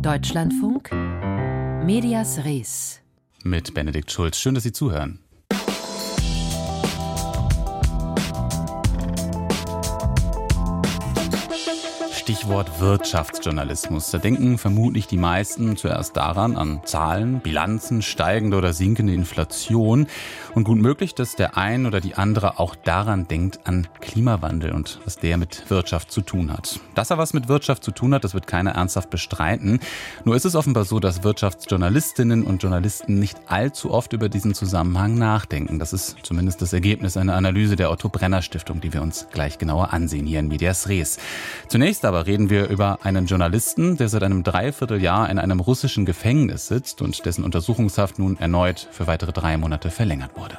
Deutschlandfunk, Medias Res. Mit Benedikt Schulz. Schön, dass Sie zuhören. Stichwort Wirtschaftsjournalismus. Da denken vermutlich die meisten zuerst daran, an Zahlen, Bilanzen, steigende oder sinkende Inflation. Und gut möglich, dass der ein oder die andere auch daran denkt, an Klimawandel und was der mit Wirtschaft zu tun hat. Dass er was mit Wirtschaft zu tun hat, das wird keiner ernsthaft bestreiten. Nur ist es offenbar so, dass Wirtschaftsjournalistinnen und Journalisten nicht allzu oft über diesen Zusammenhang nachdenken. Das ist zumindest das Ergebnis einer Analyse der Otto-Brenner-Stiftung, die wir uns gleich genauer ansehen hier in Medias Res. Zunächst aber reden wir über einen Journalisten, der seit einem Dreivierteljahr in einem russischen Gefängnis sitzt und dessen Untersuchungshaft nun erneut für weitere 3 Monate verlängert wurde.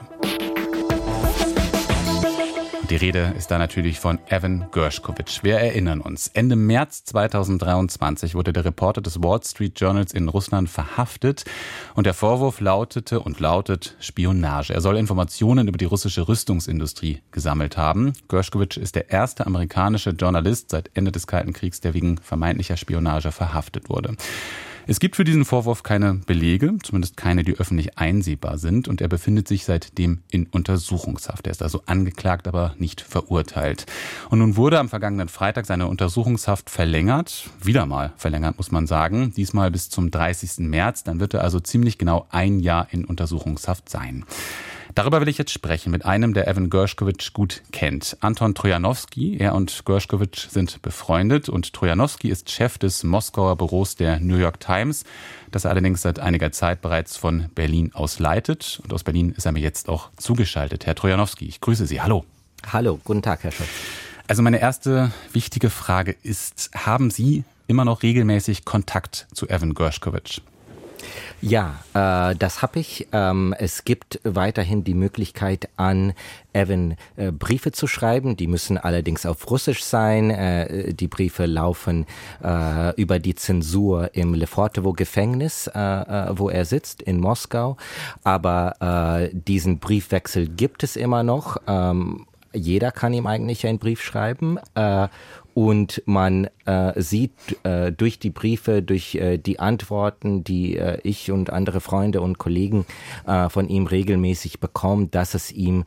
Die Rede ist da natürlich von Evan Gershkovich. Wir erinnern uns, Ende März 2023 wurde der Reporter des Wall Street Journals in Russland verhaftet und der Vorwurf lautet Spionage. Er soll Informationen über die russische Rüstungsindustrie gesammelt haben. Gershkovich ist der erste amerikanische Journalist seit Ende des Kalten Kriegs, der wegen vermeintlicher Spionage verhaftet wurde. Es gibt für diesen Vorwurf keine Belege, zumindest keine, die öffentlich einsehbar sind, und er befindet sich seitdem in Untersuchungshaft. Er ist also angeklagt, aber nicht verurteilt. Und nun wurde am vergangenen Freitag seine Untersuchungshaft verlängert, wieder mal verlängert, muss man sagen, diesmal bis zum 30. März. Dann wird er also ziemlich genau 1 Jahr in Untersuchungshaft sein. Darüber will ich jetzt sprechen mit einem, der Evan Gershkovich gut kennt. Anton Trojanowski. Er und Gershkovich sind befreundet und Trojanowski ist Chef des Moskauer Büros der New York Times, das er allerdings seit einiger Zeit bereits von Berlin aus leitet. Und aus Berlin ist er mir jetzt auch zugeschaltet. Herr Trojanowski, ich grüße Sie. Hallo. Hallo, guten Tag, Herr Schulz. Also meine erste wichtige Frage ist, haben Sie immer noch regelmäßig Kontakt zu Evan Gershkovich? Ja, das habe ich. Es gibt weiterhin die Möglichkeit, an Evan Briefe zu schreiben. Die müssen allerdings auf Russisch sein. Die Briefe laufen über die Zensur im Lefortowo-Gefängnis, wo er sitzt, in Moskau. Aber diesen Briefwechsel gibt es immer noch. Jeder kann ihm eigentlich einen Brief schreiben. Und man sieht durch die Briefe, durch die Antworten, die ich und andere Freunde und Kollegen von ihm regelmäßig bekommen, dass es ihm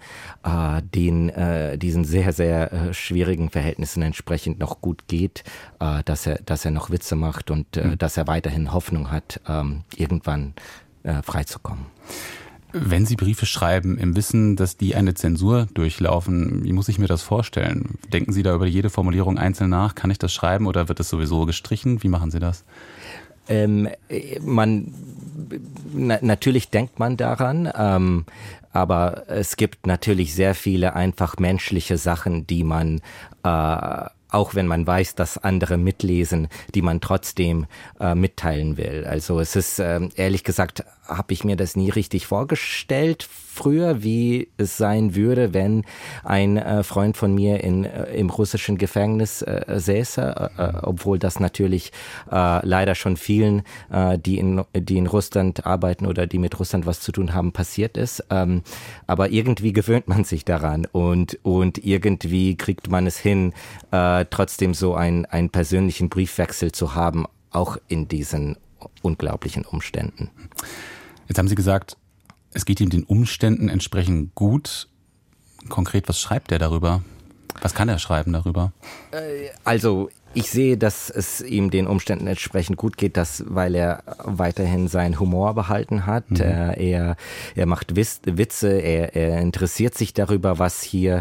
diesen sehr, sehr schwierigen Verhältnissen entsprechend noch gut geht, dass er noch Witze macht und dass er weiterhin Hoffnung hat, irgendwann freizukommen. Wenn Sie Briefe schreiben im Wissen, dass die eine Zensur durchlaufen, wie muss ich mir das vorstellen? Denken Sie da über jede Formulierung einzeln nach? Kann ich das schreiben oder wird es sowieso gestrichen? Wie machen Sie das? Natürlich denkt man daran, aber es gibt natürlich sehr viele einfach menschliche Sachen, die man auch wenn man weiß, dass andere mitlesen, die man trotzdem mitteilen will. Also es ist, ehrlich gesagt, habe ich mir das nie richtig vorgestellt früher, wie es sein würde, wenn ein Freund von mir im russischen Gefängnis säße, obwohl das natürlich leider schon vielen, die in Russland arbeiten oder die mit Russland was zu tun haben, passiert ist. Aber irgendwie gewöhnt man sich daran und irgendwie kriegt man es hin, trotzdem so einen persönlichen Briefwechsel zu haben, auch in diesen unglaublichen Umständen. Jetzt haben Sie gesagt, es geht ihm den Umständen entsprechend gut. Konkret, was schreibt er darüber? Was kann er schreiben darüber? Also ich sehe, dass es ihm den Umständen entsprechend gut geht, weil er weiterhin seinen Humor behalten hat. Er macht Witze, er interessiert sich darüber, was hier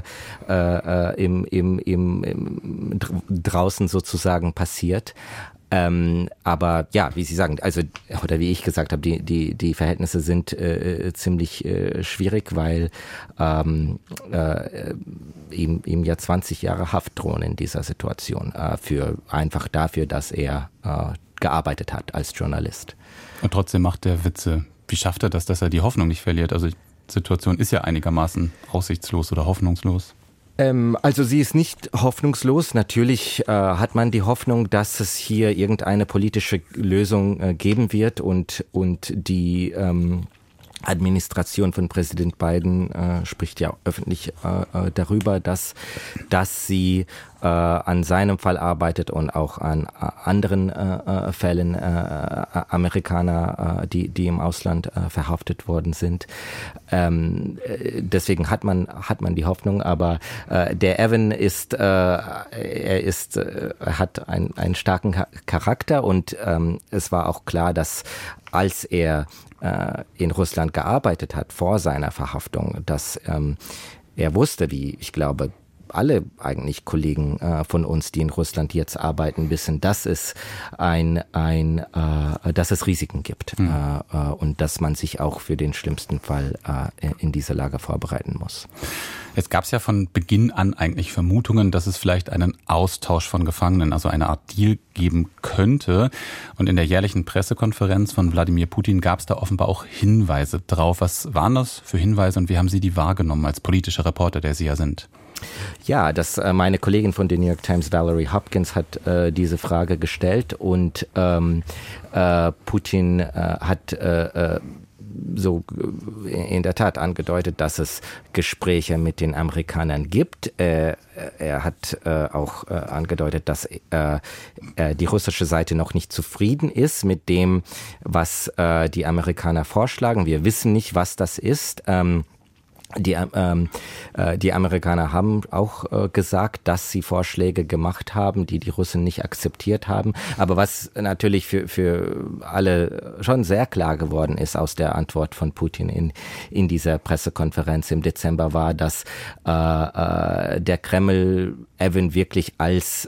draußen sozusagen passiert. Aber ja, wie Sie sagen, also oder wie ich gesagt habe, die Verhältnisse sind ziemlich schwierig, weil ihm ja 20 Jahre Haft drohen in dieser Situation, einfach dafür, dass er gearbeitet hat als Journalist. Und trotzdem macht er Witze. Wie schafft er das, dass er die Hoffnung nicht verliert? Also die Situation ist ja einigermaßen aussichtslos oder hoffnungslos. Also sie ist nicht hoffnungslos. Natürlich hat man die Hoffnung, dass es hier irgendeine politische Lösung geben wird und die Administration von Präsident Biden spricht ja öffentlich darüber, dass sie an seinem Fall arbeitet und auch an anderen Fällen Amerikaner, die im Ausland verhaftet worden sind. Deswegen hat man die Hoffnung, aber der Evan hat einen starken Charakter und es war auch klar, dass als er in Russland gearbeitet hat vor seiner Verhaftung, dass er wusste, wie ich glaube, alle eigentlich Kollegen von uns, die in Russland jetzt arbeiten, wissen, dass es dass es Risiken gibt und dass man sich auch für den schlimmsten Fall in dieser Lage vorbereiten muss. Jetzt gab es ja von Beginn an eigentlich Vermutungen, dass es vielleicht einen Austausch von Gefangenen, also eine Art Deal geben könnte. Und in der jährlichen Pressekonferenz von Wladimir Putin gab es da offenbar auch Hinweise drauf. Was waren das für Hinweise und wie haben Sie die wahrgenommen als politischer Reporter, der Sie ja sind? Ja, meine Kollegin von der New York Times, Valerie Hopkins, hat diese Frage gestellt und Putin hat so in der Tat angedeutet, dass es Gespräche mit den Amerikanern gibt. Er hat auch angedeutet, dass die russische Seite noch nicht zufrieden ist mit dem, was die Amerikaner vorschlagen. Wir wissen nicht, was das ist. Die Amerikaner haben auch gesagt, dass sie Vorschläge gemacht haben, die Russen nicht akzeptiert haben. Aber was natürlich für alle schon sehr klar geworden ist aus der Antwort von Putin in dieser Pressekonferenz im Dezember war, dass der Kreml Evan wirklich als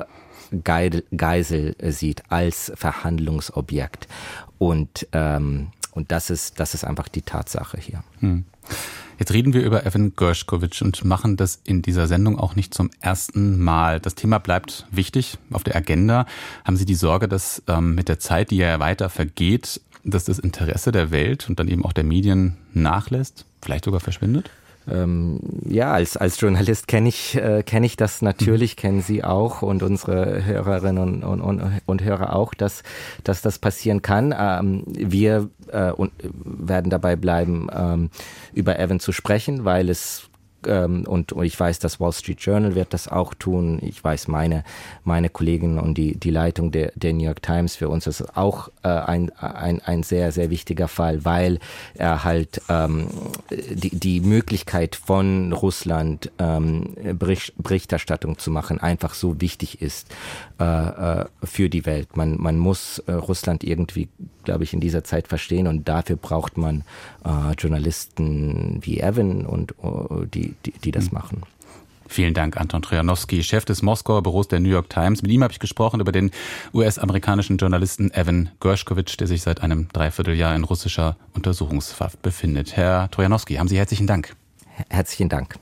Geisel sieht, als Verhandlungsobjekt. Und das ist einfach die Tatsache hier. Jetzt reden wir über Evan Gershkovich und machen das in dieser Sendung auch nicht zum ersten Mal. Das Thema bleibt wichtig auf der Agenda. Haben Sie die Sorge, dass mit der Zeit, die ja weiter vergeht, dass das Interesse der Welt und dann eben auch der Medien nachlässt, vielleicht sogar verschwindet? Ja, als Journalist kenne ich das natürlich, kennen Sie auch und unsere Hörerinnen und Hörer auch, dass das passieren kann. Wir werden dabei bleiben, über Evan zu sprechen, weil es und ich weiß, das Wall Street Journal wird das auch tun. Ich weiß, meine Kollegin und die Leitung der New York Times, für uns ist es auch ein sehr, sehr wichtiger Fall, weil er halt die Möglichkeit von Russland Berichterstattung zu machen einfach so wichtig ist für die Welt. Man muss Russland irgendwie, glaube ich, in dieser Zeit verstehen und dafür braucht man Journalisten wie Evan und die das machen. Vielen Dank, Anton Trojanowski, Chef des Moskauer Büros der New York Times. Mit ihm habe ich gesprochen über den US-amerikanischen Journalisten Evan Gershkovich, der sich seit einem Dreivierteljahr in russischer Untersuchungshaft befindet. Herr Trojanowski, haben Sie herzlichen Dank. Herzlichen Dank.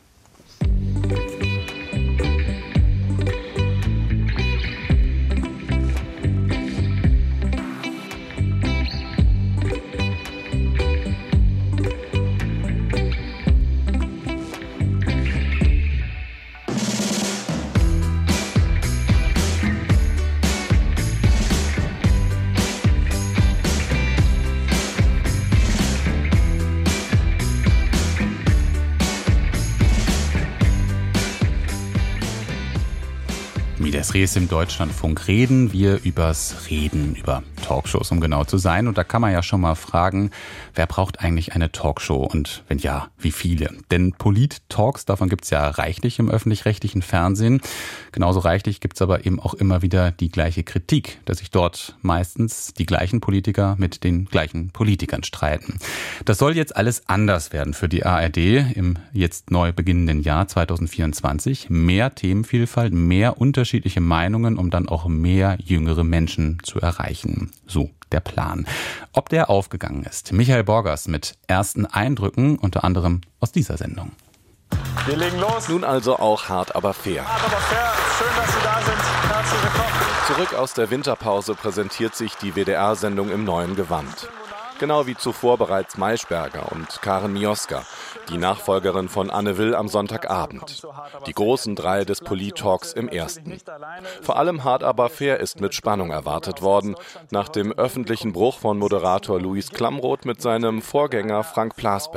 Medias Res im Deutschlandfunk reden wir über Talkshows, um genau zu sein. Und da kann man ja schon mal fragen, wer braucht eigentlich eine Talkshow und wenn ja, wie viele? Denn Polit-Talks, davon gibt's ja reichlich im öffentlich-rechtlichen Fernsehen. Genauso reichlich gibt's aber eben auch immer wieder die gleiche Kritik, dass sich dort meistens die gleichen Politiker mit den gleichen Politikern streiten. Das soll jetzt alles anders werden für die ARD im jetzt neu beginnenden Jahr 2024. Mehr Themenvielfalt, mehr unterschiedliche Meinungen, um dann auch mehr jüngere Menschen zu erreichen. So der Plan. Ob der aufgegangen ist? Michael Borgers mit ersten Eindrücken, unter anderem aus dieser Sendung. Wir legen los. Nun also auch hart, aber fair. Hart, aber fair. Schön, dass Sie da sind. Herzlich willkommen. Zurück aus der Winterpause präsentiert sich die WDR-Sendung im neuen Gewand. Genau wie zuvor bereits Maischberger und Karen Mioska, die Nachfolgerin von Anne Will am Sonntagabend. Die großen drei des Polit-Talks im ersten. Vor allem hart aber fair ist mit Spannung erwartet worden, nach dem öffentlichen Bruch von Moderator Luis Klamroth mit seinem Vorgänger Frank Plasberg.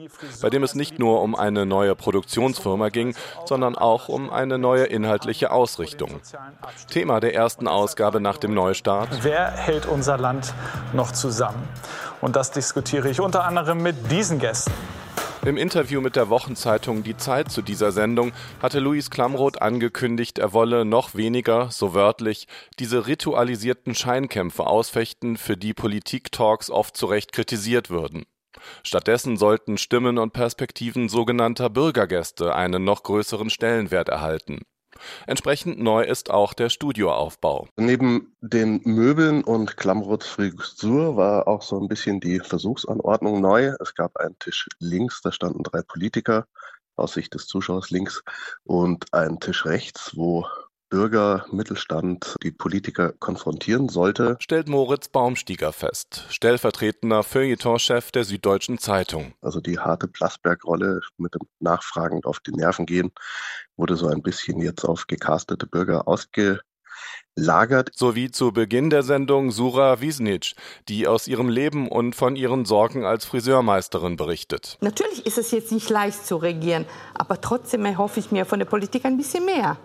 bei dem es nicht nur um eine neue Produktionsfirma ging, sondern auch um eine neue inhaltliche Ausrichtung. Thema der ersten Ausgabe nach dem Neustart: Wer hält unser Land noch zusammen? Und das diskutiere ich unter anderem mit diesen Gästen. Im Interview mit der Wochenzeitung Die Zeit zu dieser Sendung hatte Luis Klamroth angekündigt, er wolle noch weniger, so wörtlich, diese ritualisierten Scheinkämpfe ausfechten, für die Politik-Talks oft zu Recht kritisiert würden. Stattdessen sollten Stimmen und Perspektiven sogenannter Bürgergäste einen noch größeren Stellenwert erhalten. Entsprechend neu ist auch der Studioaufbau. Neben den Möbeln und Klamroths Frisur war auch so ein bisschen die Versuchsanordnung neu. Es gab einen Tisch links, da standen 3 Politiker aus Sicht des Zuschauers links, und einen Tisch rechts, wo Bürger, Mittelstand die Politiker konfrontieren sollte, stellt Moritz Baumstieger fest, stellvertretender Feuilletonchef der Süddeutschen Zeitung. Also die harte Plasberg-Rolle mit dem nachfragend auf die Nerven gehen, wurde so ein bisschen jetzt auf gecastete Bürger ausgelagert. Sowie zu Beginn der Sendung Sura Wisnic, die aus ihrem Leben und von ihren Sorgen als Friseurmeisterin berichtet. Natürlich ist es jetzt nicht leicht zu regieren, aber trotzdem erhoffe ich mir von der Politik ein bisschen mehr.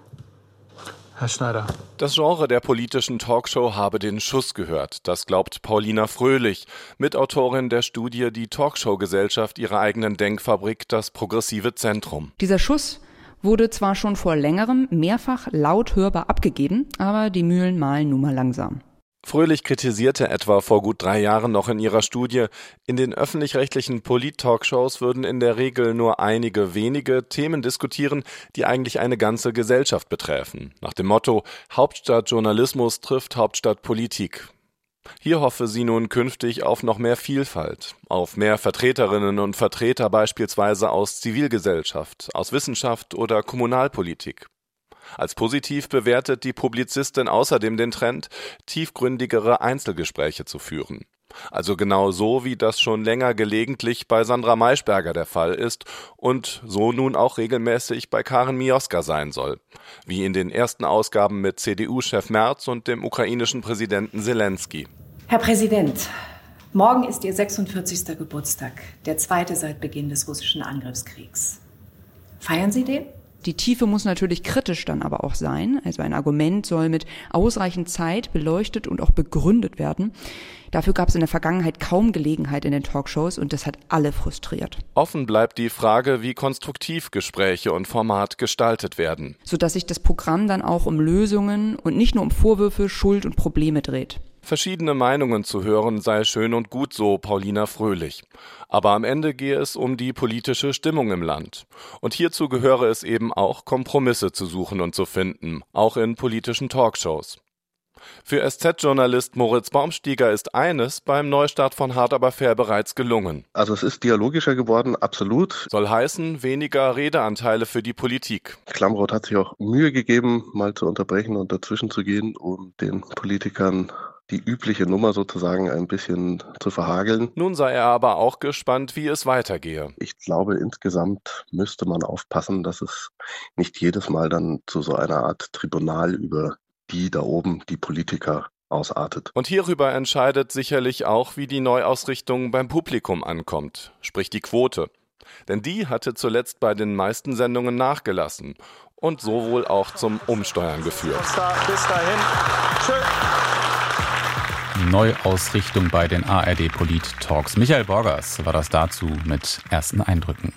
Herr Schneider. Das Genre der politischen Talkshow habe den Schuss gehört. Das glaubt Paulina Fröhlich, Mitautorin der Studie Die Talkshow-Gesellschaft ihrer eigenen Denkfabrik, das Progressive Zentrum. Dieser Schuss wurde zwar schon vor längerem mehrfach laut hörbar abgegeben, aber die Mühlen mahlen nun mal langsam. Fröhlich kritisierte etwa vor gut 3 Jahren noch in ihrer Studie, in den öffentlich-rechtlichen Polit-Talkshows würden in der Regel nur einige wenige Themen diskutieren, die eigentlich eine ganze Gesellschaft betreffen. Nach dem Motto: Hauptstadtjournalismus trifft Hauptstadtpolitik. Hier hoffe sie nun künftig auf noch mehr Vielfalt, auf mehr Vertreterinnen und Vertreter beispielsweise aus Zivilgesellschaft, aus Wissenschaft oder Kommunalpolitik. Als positiv bewertet die Publizistin außerdem den Trend, tiefgründigere Einzelgespräche zu führen. Also genau so, wie das schon länger gelegentlich bei Sandra Maischberger der Fall ist und so nun auch regelmäßig bei Karin Mioska sein soll. Wie in den ersten Ausgaben mit CDU-Chef Merz und dem ukrainischen Präsidenten Selensky. Herr Präsident, morgen ist Ihr 46. Geburtstag, der 2. seit Beginn des russischen Angriffskriegs. Feiern Sie den? Die Tiefe muss natürlich kritisch dann aber auch sein. Also ein Argument soll mit ausreichend Zeit beleuchtet und auch begründet werden. Dafür gab es in der Vergangenheit kaum Gelegenheit in den Talkshows und das hat alle frustriert. Offen bleibt die Frage, wie konstruktiv Gespräche und Format gestaltet werden. Sodass sich das Programm dann auch um Lösungen und nicht nur um Vorwürfe, Schuld und Probleme dreht. Verschiedene Meinungen zu hören sei schön und gut, so Paulina Fröhlich. Aber am Ende gehe es um die politische Stimmung im Land. Und hierzu gehöre es eben auch, Kompromisse zu suchen und zu finden, auch in politischen Talkshows. Für SZ-Journalist Moritz Baumstieger ist eines beim Neustart von Hart aber fair bereits gelungen. Also es ist dialogischer geworden, absolut. Soll heißen, weniger Redeanteile für die Politik. Klamroth hat sich auch Mühe gegeben, mal zu unterbrechen und dazwischen zu gehen, um den Politikern die übliche Nummer sozusagen ein bisschen zu verhageln. Nun sei er aber auch gespannt, wie es weitergehe. Ich glaube, insgesamt müsste man aufpassen, dass es nicht jedes Mal dann zu so einer Art Tribunal über die da oben, die Politiker, ausartet. Und hierüber entscheidet sicherlich auch, wie die Neuausrichtung beim Publikum ankommt, sprich die Quote. Denn die hatte zuletzt bei den meisten Sendungen nachgelassen und so wohl auch zum Umsteuern geführt. Bis dahin. Tschö. Neuausrichtung bei den ARD Polit-Talks. Michael Borgers war das dazu mit ersten Eindrücken.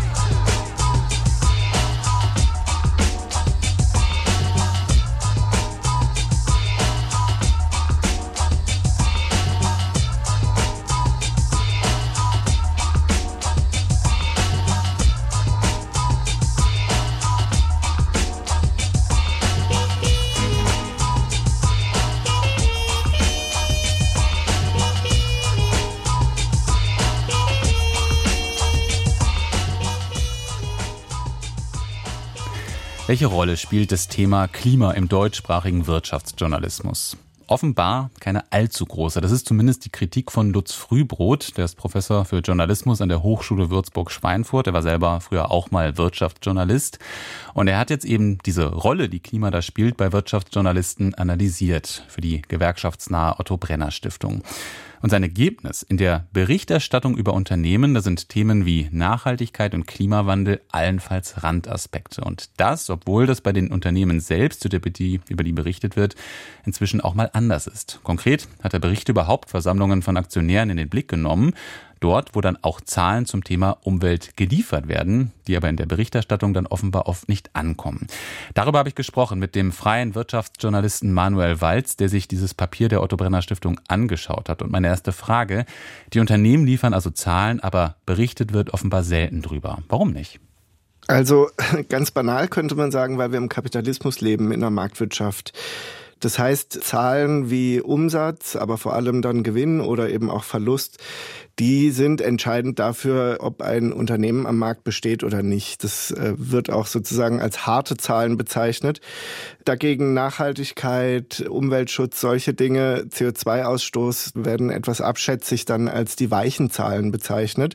Welche Rolle spielt das Thema Klima im deutschsprachigen Wirtschaftsjournalismus? Offenbar keine allzu große. Das ist zumindest die Kritik von Lutz Frühbrot. Der ist Professor für Journalismus an der Hochschule Würzburg-Schweinfurt. Er war selber früher auch mal Wirtschaftsjournalist. Und er hat jetzt eben diese Rolle, die Klima da spielt, bei Wirtschaftsjournalisten analysiert für die gewerkschaftsnahe Otto Brenner Stiftung. Und sein Ergebnis in der Berichterstattung über Unternehmen, da sind Themen wie Nachhaltigkeit und Klimawandel allenfalls Randaspekte. Und das, obwohl das bei den Unternehmen selbst, über die berichtet wird, inzwischen auch mal anders ist. Konkret hat der Bericht über Hauptversammlungen von Aktionären in den Blick genommen. Dort, wo dann auch Zahlen zum Thema Umwelt geliefert werden, die aber in der Berichterstattung dann offenbar oft nicht ankommen. Darüber habe ich gesprochen mit dem freien Wirtschaftsjournalisten Manuel Walz, der sich dieses Papier der Otto Brenner Stiftung angeschaut hat. Und meine erste Frage: Die Unternehmen liefern also Zahlen, aber berichtet wird offenbar selten drüber. Warum nicht? Also ganz banal könnte man sagen, weil wir im Kapitalismus leben, in der Marktwirtschaft. Das heißt, Zahlen wie Umsatz, aber vor allem dann Gewinn oder eben auch Verlust, die sind entscheidend dafür, ob ein Unternehmen am Markt besteht oder nicht. Das wird auch sozusagen als harte Zahlen bezeichnet. Dagegen Nachhaltigkeit, Umweltschutz, solche Dinge, CO2-Ausstoß werden etwas abschätzig dann als die weichen Zahlen bezeichnet.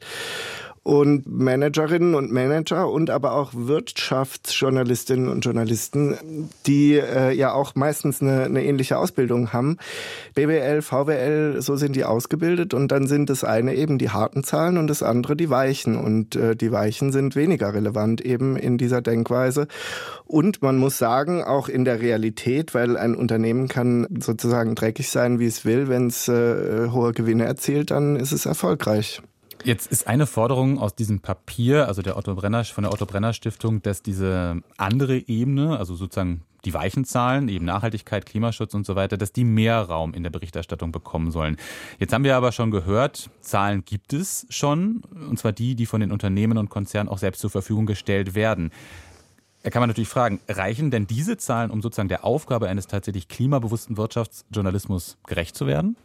Und Managerinnen und Manager und aber auch Wirtschaftsjournalistinnen und Journalisten, die ja auch meistens eine ähnliche Ausbildung haben. BWL, VWL, so sind die ausgebildet. Und dann sind das eine eben die harten Zahlen und das andere die weichen. Und die weichen sind weniger relevant eben in dieser Denkweise. Und man muss sagen, auch in der Realität, weil ein Unternehmen kann sozusagen dreckig sein, wie es will. Wenn es hohe Gewinne erzielt, dann ist es erfolgreich. Jetzt ist eine Forderung aus diesem Papier, also von der Otto Brenner Stiftung, dass diese andere Ebene, also sozusagen die weichen Zahlen, eben Nachhaltigkeit, Klimaschutz und so weiter, dass die mehr Raum in der Berichterstattung bekommen sollen. Jetzt haben wir aber schon gehört, Zahlen gibt es schon, und zwar die von den Unternehmen und Konzernen auch selbst zur Verfügung gestellt werden. Da kann man natürlich fragen, reichen denn diese Zahlen, um sozusagen der Aufgabe eines tatsächlich klimabewussten Wirtschaftsjournalismus gerecht zu werden?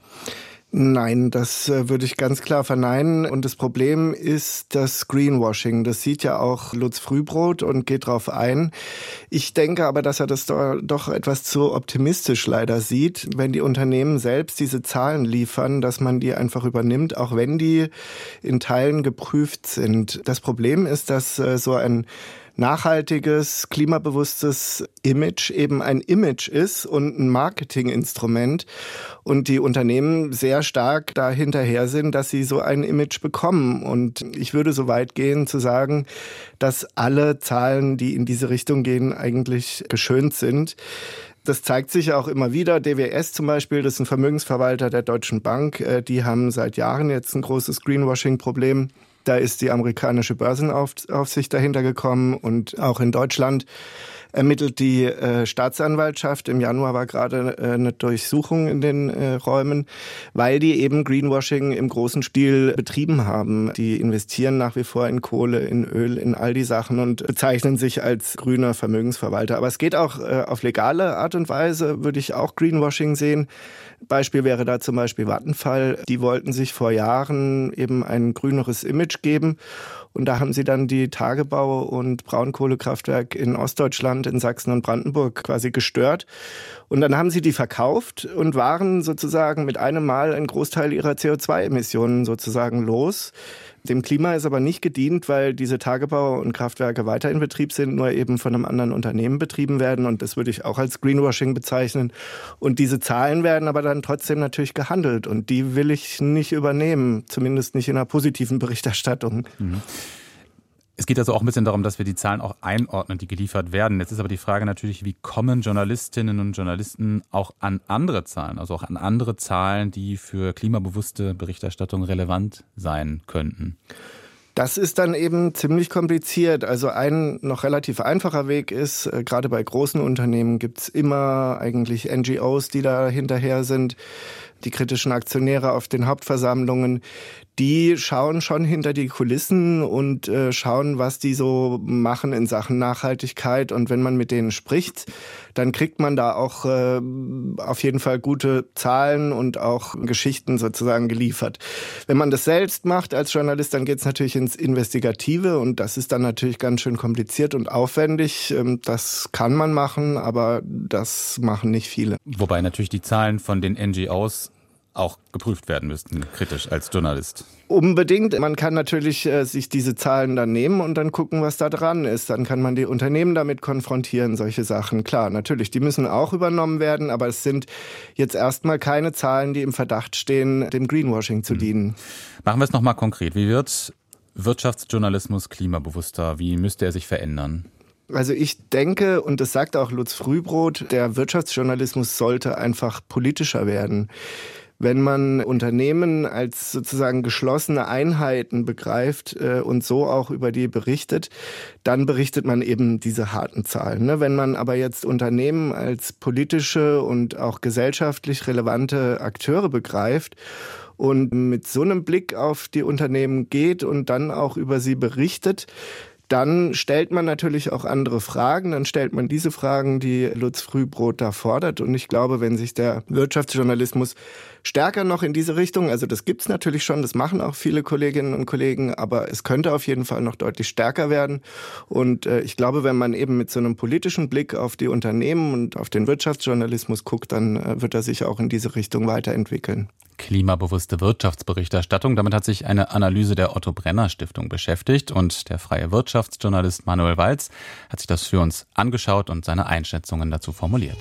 Nein, das würde ich ganz klar verneinen. Und das Problem ist das Greenwashing. Das sieht ja auch Lutz Frühbrot und geht drauf ein. Ich denke aber, dass er das doch etwas zu optimistisch leider sieht, wenn die Unternehmen selbst diese Zahlen liefern, dass man die einfach übernimmt, auch wenn die in Teilen geprüft sind. Das Problem ist, dass so ein nachhaltiges, klimabewusstes Image eben ein Image ist und ein Marketinginstrument und die Unternehmen sehr stark da hinterher sind, dass sie so ein Image bekommen. Und ich würde so weit gehen zu sagen, dass alle Zahlen, die in diese Richtung gehen, eigentlich geschönt sind. Das zeigt sich auch immer wieder. DWS zum Beispiel, das ist ein Vermögensverwalter der Deutschen Bank, die haben seit Jahren jetzt ein großes Greenwashing-Problem. Da ist die amerikanische Börsenaufsicht dahinter gekommen und auch in Deutschland ermittelt die Staatsanwaltschaft. Im Januar war gerade eine Durchsuchung in den Räumen, weil die eben Greenwashing im großen Stil betrieben haben. Die investieren nach wie vor in Kohle, in Öl, in all die Sachen und bezeichnen sich als grüner Vermögensverwalter. Aber es geht auch auf legale Art und Weise, würde ich auch Greenwashing sehen. Beispiel wäre da zum Beispiel Vattenfall. Die wollten sich vor Jahren eben ein grüneres Image geben. Und da haben sie dann die Tagebau- und Braunkohlekraftwerke in Ostdeutschland, in Sachsen und Brandenburg quasi gestört. Und dann haben sie die verkauft und waren sozusagen mit einem Mal einen Großteil ihrer CO2-Emissionen sozusagen los. Dem Klima ist aber nicht gedient, weil diese Tagebau- und Kraftwerke weiter in Betrieb sind, nur eben von einem anderen Unternehmen betrieben werden. Und das würde ich auch als Greenwashing bezeichnen. Und diese Zahlen werden aber dann trotzdem natürlich gehandelt. Und die will ich nicht übernehmen, zumindest nicht in einer positiven Berichterstattung. Mhm. Es geht also auch ein bisschen darum, dass wir die Zahlen auch einordnen, die geliefert werden. Jetzt ist aber die Frage natürlich, wie kommen Journalistinnen und Journalisten auch an andere Zahlen, also auch an andere Zahlen, die für klimabewusste Berichterstattung relevant sein könnten? Das ist dann eben ziemlich kompliziert. Also ein noch relativ einfacher Weg ist, gerade bei großen Unternehmen gibt's immer eigentlich NGOs, die da hinterher sind. Die kritischen Aktionäre auf den Hauptversammlungen, die schauen schon hinter die Kulissen und schauen, was die so machen in Sachen Nachhaltigkeit. Und wenn man mit denen spricht, dann kriegt man da auch auf jeden Fall gute Zahlen und auch Geschichten sozusagen geliefert. Wenn man das selbst macht als Journalist, dann geht es natürlich ins Investigative und das ist dann natürlich ganz schön kompliziert und aufwendig. Das kann man machen, aber das machen nicht viele. Wobei natürlich die Zahlen von den NGOs auch geprüft werden müssten, kritisch als Journalist. Unbedingt. Man kann natürlich sich diese Zahlen dann nehmen und dann gucken, was da dran ist. Dann kann man die Unternehmen damit konfrontieren, solche Sachen. Klar, natürlich, die müssen auch übernommen werden, aber es sind jetzt erstmal keine Zahlen, die im Verdacht stehen, dem Greenwashing zu dienen. Machen wir es nochmal konkret. Wie wird Wirtschaftsjournalismus klimabewusster? Wie müsste er sich verändern? Also ich denke, und das sagt auch Lutz Frühbrot, der Wirtschaftsjournalismus sollte einfach politischer werden. Wenn man Unternehmen als sozusagen geschlossene Einheiten begreift und so auch über die berichtet, dann berichtet man eben diese harten Zahlen. Wenn man aber jetzt Unternehmen als politische und auch gesellschaftlich relevante Akteure begreift und mit so einem Blick auf die Unternehmen geht und dann auch über sie berichtet, dann stellt man natürlich auch andere Fragen. Dann stellt man diese Fragen, die Lutz Frühbrot da fordert. Und ich glaube, wenn sich der Wirtschaftsjournalismus stärker noch in diese Richtung, also das gibt's natürlich schon, das machen auch viele Kolleginnen und Kollegen, aber es könnte auf jeden Fall noch deutlich stärker werden. Und ich glaube, wenn man eben mit so einem politischen Blick auf die Unternehmen und auf den Wirtschaftsjournalismus guckt, dann wird er sich auch in diese Richtung weiterentwickeln. Klimabewusste Wirtschaftsberichterstattung. Damit hat sich eine Analyse der Otto-Brenner-Stiftung beschäftigt und der freie Wirtschaftsjournalist Manuel Walz hat sich das für uns angeschaut und seine Einschätzungen dazu formuliert.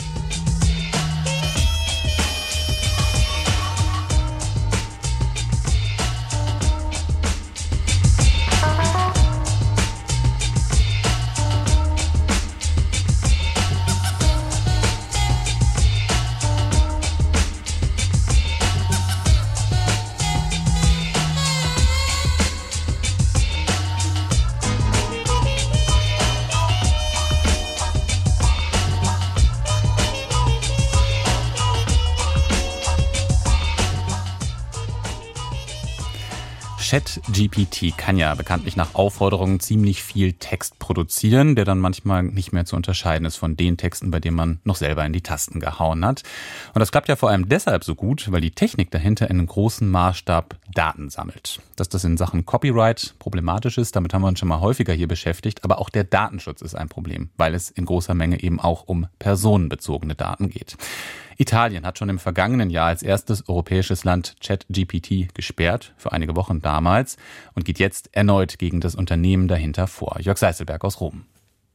ChatGPT kann ja bekanntlich nach Aufforderungen ziemlich viel Text produzieren, der dann manchmal nicht mehr zu unterscheiden ist von den Texten, bei denen man noch selber in die Tasten gehauen hat. Und das klappt ja vor allem deshalb so gut, weil die Technik dahinter in einem großen Maßstab Daten sammelt. Dass das in Sachen Copyright problematisch ist, damit haben wir uns schon mal häufiger hier beschäftigt, aber auch der Datenschutz ist ein Problem, weil es in großer Menge eben auch um personenbezogene Daten geht. Italien hat schon im vergangenen Jahr als erstes europäisches Land ChatGPT gesperrt, für einige Wochen damals, und geht jetzt erneut gegen das Unternehmen dahinter vor. Jörg Seißelberg aus Rom.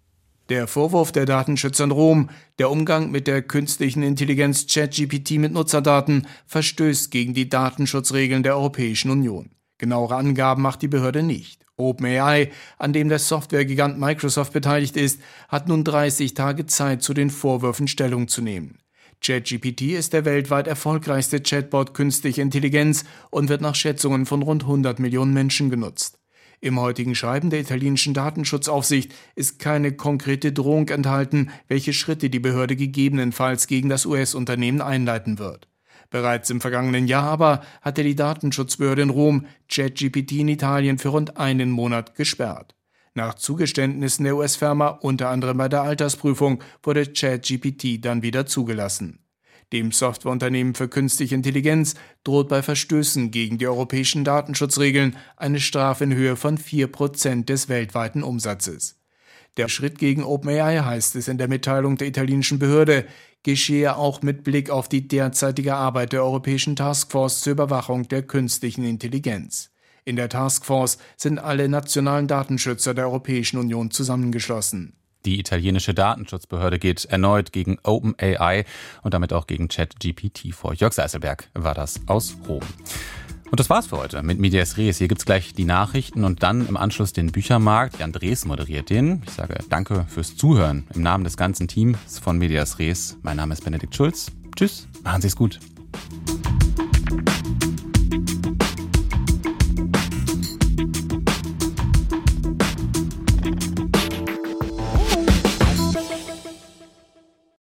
Der Vorwurf der Datenschützer in Rom, der Umgang mit der künstlichen Intelligenz ChatGPT mit Nutzerdaten, verstößt gegen die Datenschutzregeln der Europäischen Union. Genauere Angaben macht die Behörde nicht. OpenAI, an dem der Softwaregigant Microsoft beteiligt ist, hat nun 30 Tage Zeit, zu den Vorwürfen Stellung zu nehmen. ChatGPT ist der weltweit erfolgreichste Chatbot künstlicher Intelligenz und wird nach Schätzungen von rund 100 Millionen Menschen genutzt. Im heutigen Schreiben der italienischen Datenschutzaufsicht ist keine konkrete Drohung enthalten, welche Schritte die Behörde gegebenenfalls gegen das US-Unternehmen einleiten wird. Bereits im vergangenen Jahr aber hatte die Datenschutzbehörde in Rom ChatGPT in Italien für rund einen Monat gesperrt. Nach Zugeständnissen der US-Firma, unter anderem bei der Altersprüfung, wurde ChatGPT dann wieder zugelassen. Dem Softwareunternehmen für künstliche Intelligenz droht bei Verstößen gegen die europäischen Datenschutzregeln eine Strafe in Höhe von 4% des weltweiten Umsatzes. Der Schritt gegen OpenAI, heißt es in der Mitteilung der italienischen Behörde, geschehe auch mit Blick auf die derzeitige Arbeit der Europäischen Taskforce zur Überwachung der künstlichen Intelligenz. In der Taskforce sind alle nationalen Datenschützer der Europäischen Union zusammengeschlossen. Die italienische Datenschutzbehörde geht erneut gegen OpenAI und damit auch gegen ChatGPT vor. Jörg Seißelberg war das aus Rom. Und das war's für heute mit Medias Res. Hier gibt's gleich die Nachrichten und dann im Anschluss den Büchermarkt. Jan Drees moderiert den. Ich sage danke fürs Zuhören im Namen des ganzen Teams von Medias Res. Mein Name ist Benedikt Schulz. Tschüss, machen Sie's gut.